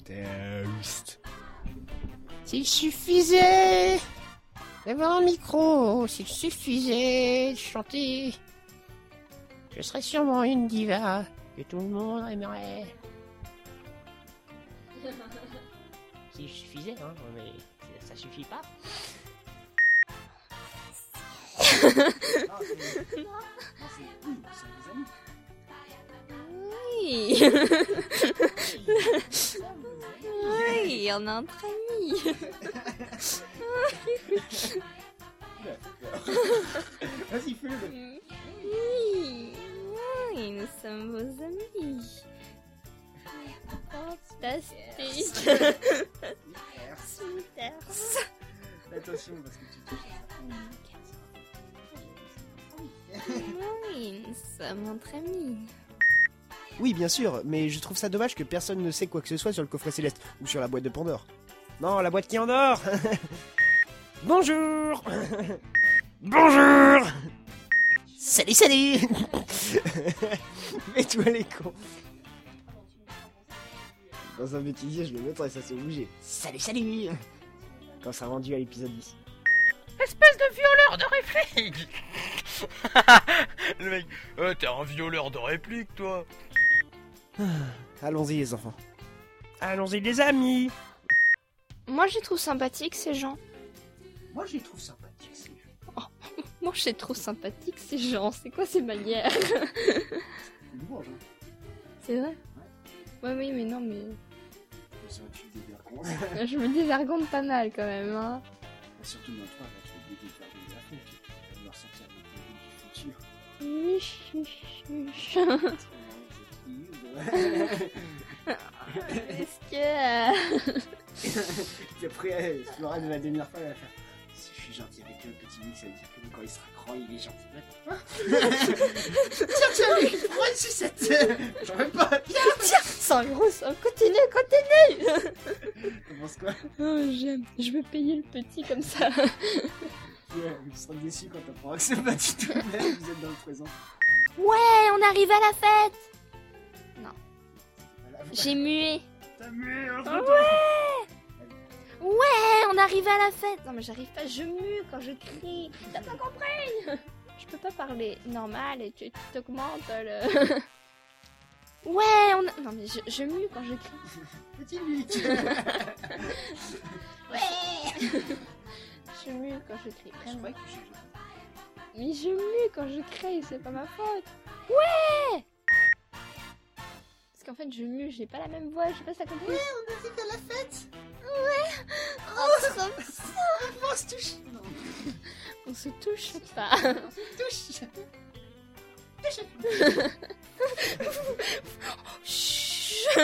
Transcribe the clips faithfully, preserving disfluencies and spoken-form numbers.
Toast. S'il suffisait d'avoir un micro, s'il suffisait de chanter, je serais sûrement une diva que tout le monde aimerait. S'il suffisait, hein, mais ça suffit pas. Oui. Oui, on est entre amis. Vas-y, fais-le. Oui, oui, nous sommes vos amis. Fantastique. Super. Attention, parce que tu touches à ça. Oui, nous sommes entre amis. Oui, bien sûr, mais je trouve ça dommage que personne ne sait quoi que ce soit sur le coffret céleste ou sur la boîte de Pandore. Non, la boîte qui endort. Bonjour. Bonjour. Salut, salut. Mets-toi les cons. Dans un bêtisier, je le mettrai, ça se bouger. Salut, salut. Quand ça sera rendu à l'épisode dix. Espèce de violeur de réplique. Le mec, euh, t'es un violeur de réplique, toi. Allons-y, les enfants. Allons-y, les amis. Moi, je les trouve sympathiques, ces gens. Moi, je les trouve sympathiques, ces gens. Moi, je les trouve sympathiques, ces gens. C'est quoi ces manières? Louange, hein. C'est vrai? Ouais, oui, mais non, mais... C'est vrai que tu te dévergondes. Je me dévergonde pas mal, quand même, hein. Surtout dans toi, là, tu vas te dévergonder à fond. Tu vas devoir sortir avec ta vie du futur. Oui, chut, chut. Est-ce que... euh, Puis après, euh, Flora de la dernière fois, elle va faire si je suis gentil avec le petit Nick, ça veut dire que quand il sera grand, il est gentil. Tiens, tiens, lui, prends une sucette. J'en veux pas. Tiens, tiens, sans gros, sans... continue, continue. Tu penses quoi? Oh, j'aime. Je veux payer le petit comme ça. Ouais, tu seras déçu quand t'apprendras que c'est pas du tout le même, vous êtes dans le présent. Ouais, on arrive à la fête. Voilà, J'ai mué. t'as mué entre Ah temps. ouais. Ouais, on arrive à la fête. Non mais j'arrive pas, je mue quand je crie. T'as pas compris? Je peux pas parler normal et tu t'augmentes le... Ouais, on a... Non mais je, je mue quand je crie. Petit Nick. Ouais. Je mue quand je crie. Je Vraiment. crois que j'ai... Mais je mue quand je crie, c'est pas ma faute. Ouais. Parce qu'en fait je mue, j'ai pas la même voix, je sais pas si t'as compris. Ouais, on arrive à la fête. Ouais. Oh, trop ça. On se touche. Non, On se touche pas. on se touche. Chut.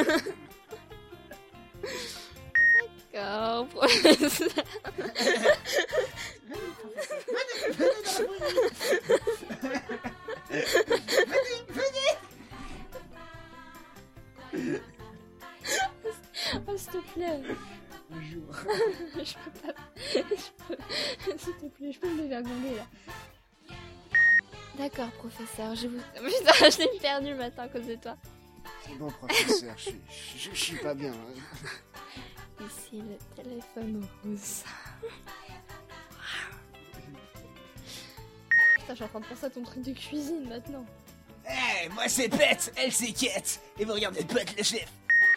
D'accord, professeur. Venez, professeur. Venez, venez dans la venez, venez. Oh, s'il te plaît. Bonjour. Je peux pas. Je peux... S'il te plaît, je peux me dévergonder là. D'accord, professeur, je vous. Putain, je l'ai perdu le matin à cause de toi. C'est bon, professeur, je suis, je, je suis pas bien. Hein. Ici le téléphone rose. Putain, je suis en train de penser à ton truc de cuisine maintenant. Eh, hey, moi c'est Pet, elle c'est Kate. Et vous regardez Pet le chef.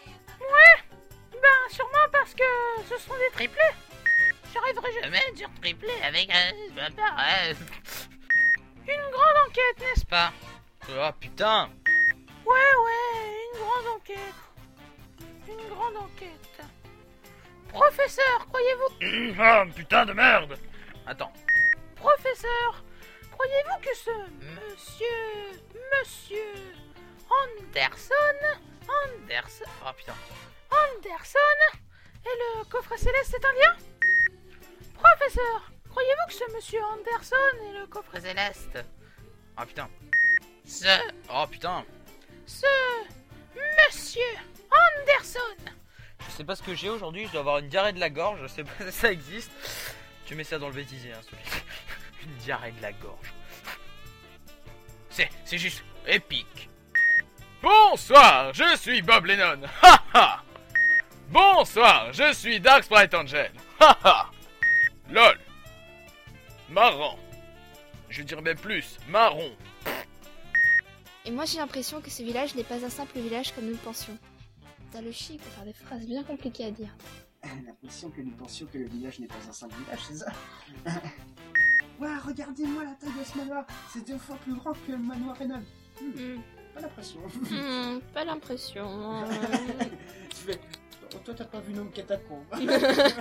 Ben, sûrement parce que ce sont des triplés. J'arriverai jamais à dire triplé avec un... euh, Une grande enquête, n'est-ce pas? Oh putain. Ouais, ouais, une grande enquête. Une grande enquête. Professeur, croyez-vous... Ah, putain de merde. Attends. Professeur, croyez-vous que ce monsieur... Monsieur... Anderson... Anderson... Oh putain. Anderson et le coffret céleste, c'est un lien? Professeur, croyez-vous que ce monsieur Anderson et le coffret céleste... Oh putain. Ce... Oh putain. Ce... Monsieur Anderson. Je sais pas ce que j'ai aujourd'hui, je dois avoir une diarrhée de la gorge, je sais pas si ça existe. Tu mets ça dans le bêtisier, hein, s'il te plaît. Une diarrhée de la gorge. C'est... c'est juste épique. Bonsoir, je suis Bob Lennon. Ha ha. Bon Bonsoir, je suis Dark Sprite Angel. Haha. Lol. Marrant. Je dirais même plus, marron. Et moi j'ai l'impression que ce village n'est pas un simple village comme nous le pensions. T'as le chic pour faire des phrases bien compliquées à dire. L'impression que nous pensions que le village n'est pas un simple village, c'est ça? Ouais, regardez-moi la taille de ce manoir. C'est deux fois plus grand que le manoir Reynolds. Hmm, Hmm. Pas l'impression. Hmm, pas l'impression. Tu fais... Oh, toi, t'as pas vu nos catacombes. Nous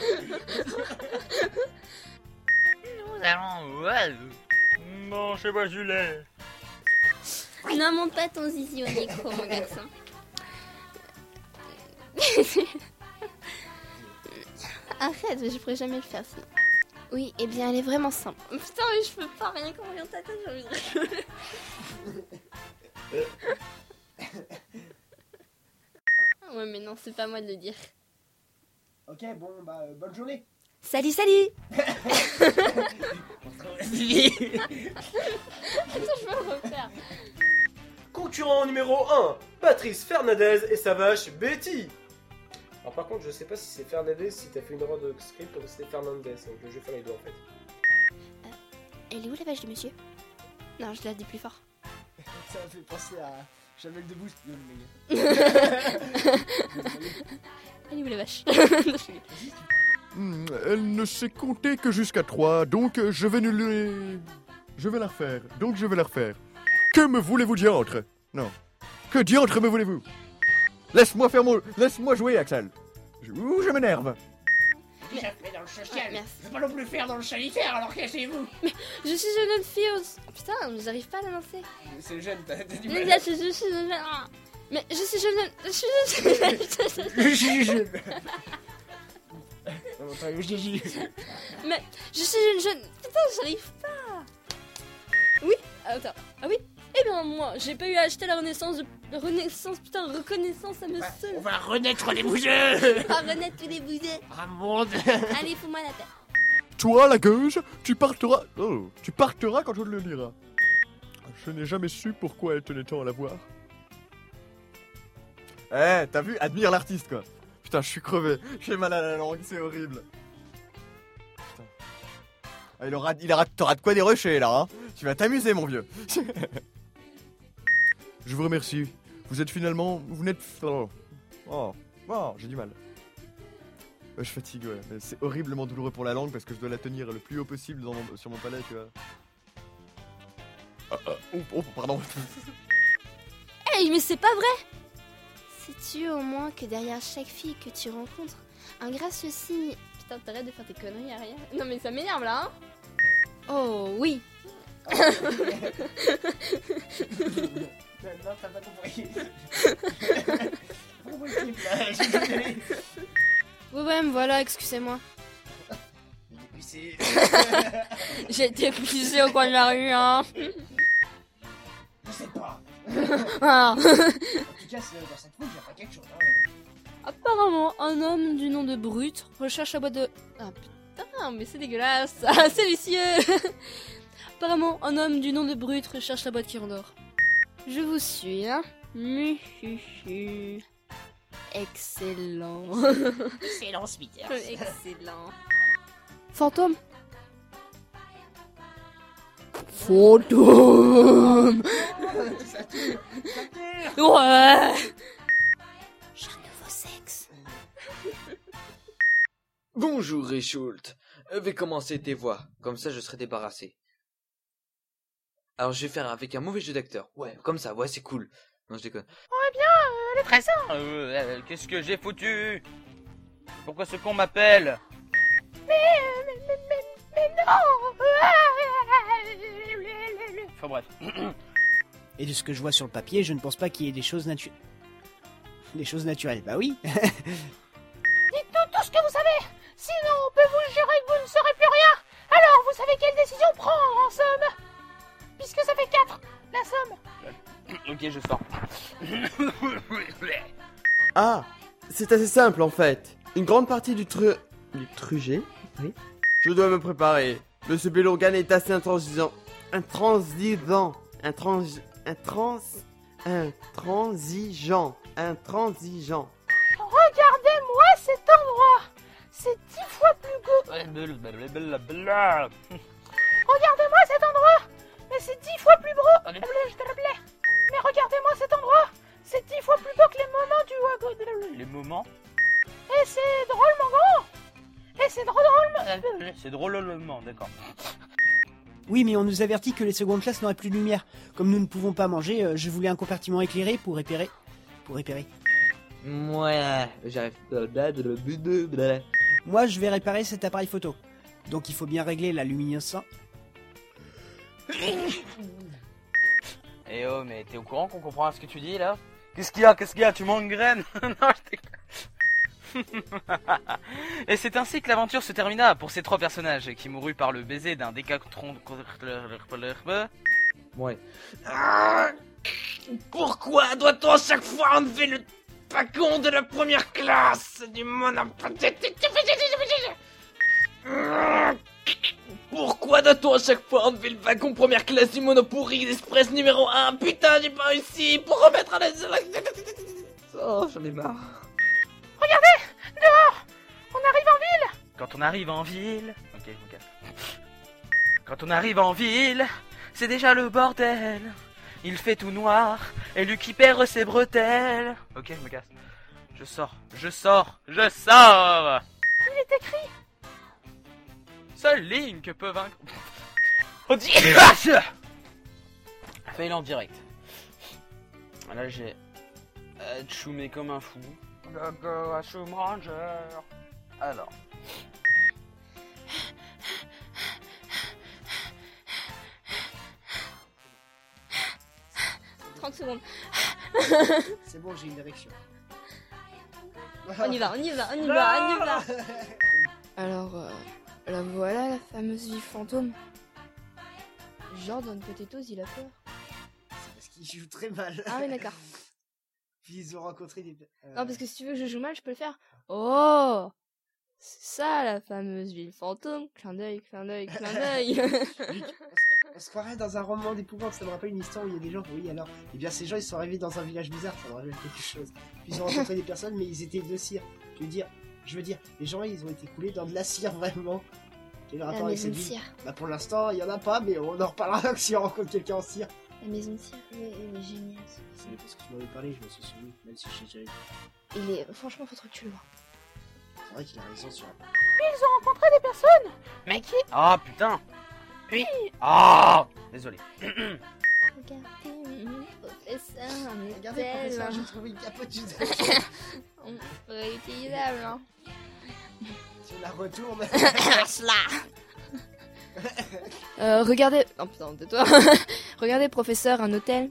allons... Ouais. Non, je sais pas, Julet. Ne monte pas ton zizi au micro, mon garçon. Arrête, je pourrais jamais le faire sinon. Oui, eh bien, elle est vraiment simple. Putain, mais je peux pas, rien qu'en voyant ta tête, j'ai envie de rigoler. Ouais, mais non, c'est pas moi de le dire. Ok, bon, bah, euh, bonne journée. Salut, salut. Attends, Je peux le refaire. Concurrent numéro un, Patrice Fernandez et sa vache Betty. Alors par contre, je sais pas si c'est Fernandez, si t'as fait une erreur de script ou si c'est Fernandez, donc je vais faire les deux en fait. Elle est où la vache du monsieur? Non, je la dis plus fort. ça m'a fait penser à Jamel Debbouze. Elle est où la vache? Hmm, elle ne sait compter que jusqu'à trois, donc euh, je vais nous le... Je vais la refaire, donc je vais la refaire. Que me voulez-vous, diantre? Non. Que diantre me voulez-vous? Laisse-moi faire mon... Laisse-moi jouer, Axel. Je... Ouh, je m'énerve. Déjà fait dans le social. Ah, merci. Je peux pas non plus faire dans le sanitaire, alors cassez-vous. Je suis une jeune fille aux... Oh, putain, mais j'arrive pas à la lancer. C'est le jeune, t'as t'as du Mais mal. là, je, je suis une jeune... Ah. Mais je suis jeune... Je suis jeune... Je suis jeune. Non, attends, je dis- Mais je suis une jeune... Putain, j'arrive pas. Oui. Attends. Ah oui. Eh bien, moi, j'ai pas eu à acheter la renaissance de... La renaissance, putain, reconnaissance, ça me Bah, saoule. on va renaître les bougeux. Ah, renaître tous les bouseux. Ah, monde. Allez, fous-moi la tête. Toi, la gueuse, tu parteras... Oh, tu parteras quand on le lira. Je n'ai jamais su pourquoi elle tenait tant à la voir. Eh, t'as vu? Admire l'artiste, quoi. Putain, je suis crevé. J'ai mal à la langue, c'est horrible. Putain. Ah, il aura, il aura, t'auras de quoi dérocher, là, hein. Tu vas t'amuser, mon vieux. Je vous remercie. Vous êtes finalement... Vous n'êtes... Oh, oh, oh j'ai du mal. Ouais, je fatigue, ouais. Mais c'est horriblement douloureux pour la langue parce que je dois la tenir le plus haut possible dans mon- sur mon palais, tu vois. Ah, ah, oh, oh, pardon. Hey, mais c'est pas vrai. Sais-tu au moins que derrière chaque fille que tu rencontres, un gracieux signe... Putain, t'arrêtes de faire tes conneries arrière. Non mais ça m'énerve là, hein. Oh oui. Non, t'as pas compris. Pourquoi il kiffe, là? Je suis désolé. Ouais, ouais, me voilà, excusez-moi. Mais depuis, c'est... J'ai été poussée au coin de la rue, hein. Je sais pas. Ah. En tout cas, c'est dans cette route, il y a pas quelque chose. Hein. Apparemment, un homme du nom de Brut recherche la boîte de... Ah putain, mais c'est dégueulasse. Ah, c'est vicieux. Apparemment, un homme du nom de Brut recherche la boîte qui endort. Je vous suis, hein. Muhuhu. Excellent. Excellent, Smithers. Excellent. Fantôme. Fantôme. Ça tue. Ça tue. Ouais. J'ai un nouveau sexe. Bonjour Richoult, je vais commencer tes voix, comme ça je serai débarrassé. Alors je vais faire avec un mauvais jeu d'acteur, ouais, comme ça, ouais c'est cool. Non je déconne. Eh bien, euh, elle est très simple. Euh, euh, qu'est-ce que j'ai foutu? Pourquoi ce con m'appelle? Mais, euh, mais, mais, mais, mais non. Enfin bref. Et de ce que je vois sur le papier, je ne pense pas qu'il y ait des choses naturelles. Des choses naturelles, bah oui. Dites-nous tout ce que vous savez. Sinon, on peut vous jurer que vous ne saurez plus rien. Alors, vous savez quelle décision prendre, en somme? Puisque ça fait quatre, la somme. Ok, je sors. Ah, c'est assez simple en fait. Une grande partie du tru... du truget, oui. Je dois me préparer. Monsieur Bellorgan est assez intransigeant. Intransigeant. Intrans... Intrans... Intransigeant. Intransigeant. Regardez-moi cet endroit. Regardez-moi cet endroit. Mais c'est dix fois plus gros. Mais regardez-moi cet endroit. C'est dix fois plus beau que les moments du wagon. Les moments Et c'est drôlement grand. Et c'est drôlement... C'est drôlement, d'accord. Oui, mais on nous avertit que les secondes classes n'auraient plus de lumière. Comme nous ne pouvons pas manger, euh, je voulais un compartiment éclairé pour repérer. Pour repérer. Ouais, j'arrive. Moi, je vais réparer cet appareil photo. Donc il faut bien régler la luminosité. Eh oh, mais t'es au courant qu'on comprend ce que tu dis là? Qu'est-ce qu'il y a? Qu'est-ce qu'il y a? Tu manques de graines? Non, je déconne. Et c'est ainsi que l'aventure se termina pour ces trois personnages qui moururent par le baiser d'un décathlon. Ouais. Pourquoi doit-on à chaque fois enlever le wagon de la première classe du monopathie? Pourquoi doit-on à chaque fois enlever le wagon première classe du Monopourri Express numéro un? Putain, j'ai pas réussi pour remettre à la... Oh, j'en ai marre. Regardez, dehors. On arrive en ville. Quand on arrive en ville... Ok, ok. Quand on arrive en ville, c'est déjà le bordel. Il fait tout noir, et Lucky perd ses bretelles. Ok, je me casse. Je sors, je sors, je sors. Il est écrit. Seul Link peut vaincre. On dit... Fail en direct. Là j'ai... Euh, choumé comme un fou. Gaga à Choum Ranger. Alors... trente secondes. C'est bon, j'ai une érection. On y va, on y va, on y va, on y va. Alors, euh, la voilà, la fameuse vie fantôme. Jordan Potatoes, il a peur. C'est parce qu'il joue très mal. Ah oui, d'accord. Puis ils ont rencontré des... Euh... Non, parce que si tu veux que je joue mal, je peux le faire. Oh, c'est ça, la fameuse ville fantôme. Clin d'œil, clin d'œil, clin d'œil. On se croirait dans un roman d'épouvante, ça me rappelle une histoire où il y a des gens, oui alors, et bien ces gens ils sont arrivés dans un village bizarre, ça me rappelle quelque chose. Puis ils ont rencontré des personnes, mais ils étaient de cire. Je veux dire, je veux dire, les gens ils ont été coulés dans de la cire vraiment. Quel La rapport avec maison cette de ville? cire. Bah pour l'instant il y en a pas, mais on en reparlera si on rencontre quelqu'un en cire. La maison de cire, elle est, elle est géniale. C'est parce que tu m'avais parlé, je me suis souvenu, même si je sais déjà eu. Il est, franchement, faut trop que tu le vois. C'est vrai qu'il a raison sur la... Ils ont rencontré des personnes. Mais qui? Ah putain. Puis... Ah désolé. Regardez, mon professeur, un Regardez hôtel. professeur, j'ai trouvé une capote juste Réutilisable, hein. Si on la retourne... Cela. Euh, regardez... Oh putain, tais-toi. Regardez, professeur, un hôtel.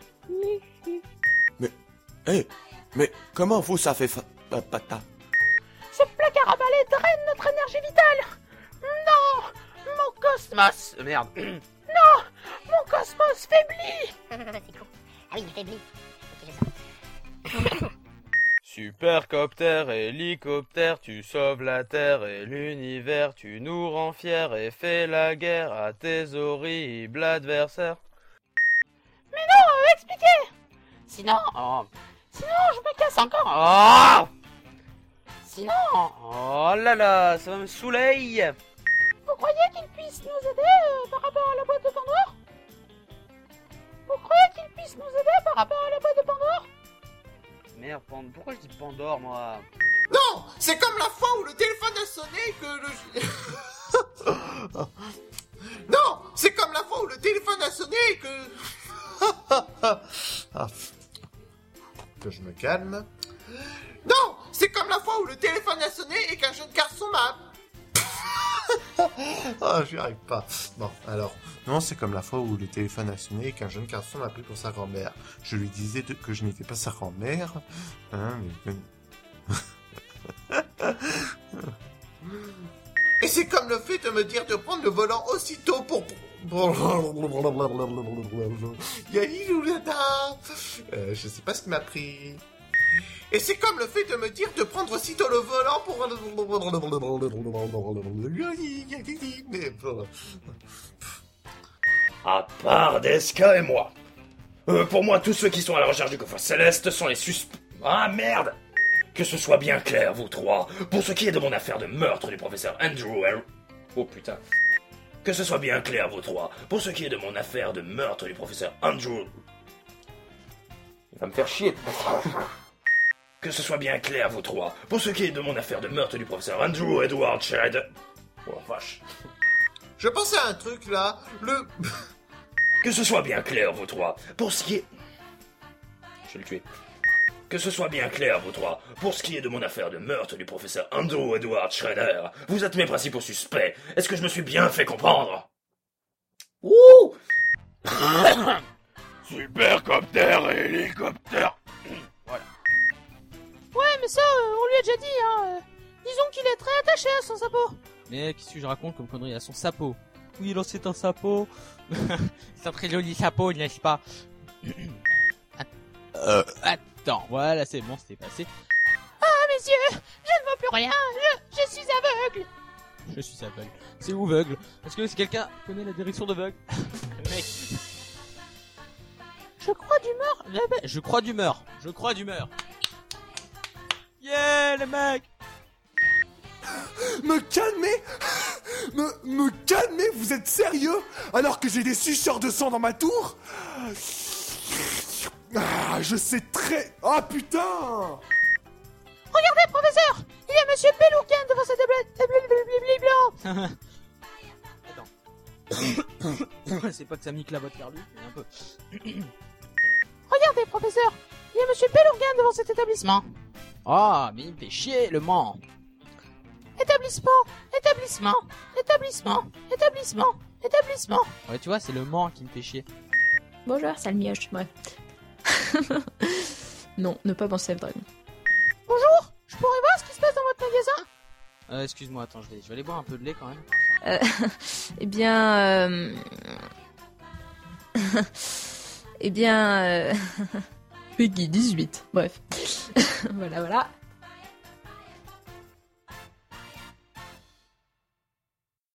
Mais, hé, mais comment vous ça fait fa... pata? Ce placard à balai draine notre énergie vitale. Non, mon cosmos... Euh, merde. Non, mon cosmos faiblit. C'est con. Ah oui, il faiblit. Ok, j'ai ça. Supercoptère, hélicoptère, tu sauves la terre et l'univers, tu nous rends fiers et fais la guerre à tes horribles adversaires. Mais non, euh, expliquez. Sinon... Oh. Sinon, je me casse encore. Oh. Sinon... Oh là là, ça me soleille. Vous croyez qu'il puisse nous aider euh, par rapport à la boîte de Pandore? Vous croyez qu'il puisse nous aider par rapport à la boîte de Pandore? Merde, Pand... pourquoi je dis Pandore, moi? Non, c'est comme la fois où le téléphone a sonné et que le... Non, c'est comme la fois où le téléphone a sonné et que... Ah, que je me calme. Non, c'est comme la fois où le téléphone a sonné et qu'un jeune garçon m'a... Ah, j'y arrive pas. Bon, alors, non, c'est comme la fois où le téléphone a sonné et qu'un jeune garçon m'a appelé pour sa grand-mère. Je lui disais de- que je n'étais pas sa grand-mère. Hein, mais... Et c'est comme le fait de me dire de prendre le volant aussitôt pour... Euh, je sais pas ce qui m'a pris. Et c'est comme le fait de me dire de prendre aussitôt le volant pour... À part Deska et moi. Euh, pour moi, tous ceux qui sont à la recherche du coffre céleste sont les suspects. Ah merde! Que ce soit bien clair, vous trois, pour ce qui est de mon affaire de meurtre du professeur Andrew Har- Oh putain. Que ce soit bien clair, vous trois, pour ce qui est de mon affaire de meurtre du professeur Andrew... Il va me faire chier. Que ce soit bien clair, vous trois, pour ce qui est de mon affaire de meurtre du professeur Andrew Edward Sheridan... Oh la vache. Je pensais à un truc là, le... Que ce soit bien clair, vous trois, pour ce qui est... Je vais le tuer. Que ce soit bien clair, vous trois, pour ce qui est de mon affaire de meurtre du professeur Andrew Edward Schrader, vous êtes mes principaux suspects. Est-ce que je me suis bien fait comprendre? Ouh. Supercopter et hélicoptère. Voilà. Ouais, mais ça, euh, on lui a déjà dit, hein. euh, disons qu'il est très attaché à son sapot. Mais qu'est-ce que je raconte comme connerie à son sapot? Oui, là c'est un sapot. C'est un très joli sapot, n'est-ce pas? euh, Attends, voilà, c'est bon, c'était passé. Ah, messieurs, je ne vois plus rien, je, je suis aveugle. Je suis aveugle. C'est où aveugle? Est-ce que si quelqu'un connaît la direction d'aveugle? Mec. Je crois d'humeur. Je crois d'humeur. Je crois d'humeur. Yeah, les mecs. Me calmer me, me calmer, vous êtes sérieux? Alors que j'ai des suceurs de sang dans ma tour? Ah, je sais très... Ah, putain! Regardez, professeur! Il y a monsieur Pélouquin devant cette tablette. Attends. C'est pas que ça mique la botte carlu, mais un peu. Regardez, professeur! Il y a monsieur Pélouquin devant cet établissement. Ah, mais il me fait chier, le Mans. Établissement, établissement, établissement, établissement, établissement. Ouais, tu vois, c'est le Mans qui me fait chier. Bonjour, sale mioche, bref. Non, ne pas penser à Dragon. Bonjour, je pourrais voir ce qui se passe dans votre magasin? Euh, excuse-moi, attends, je vais, je vais aller boire un peu de lait quand même. Euh, eh bien... Euh... eh bien... Euh... Peggy dix-huit, bref. Voilà, voilà.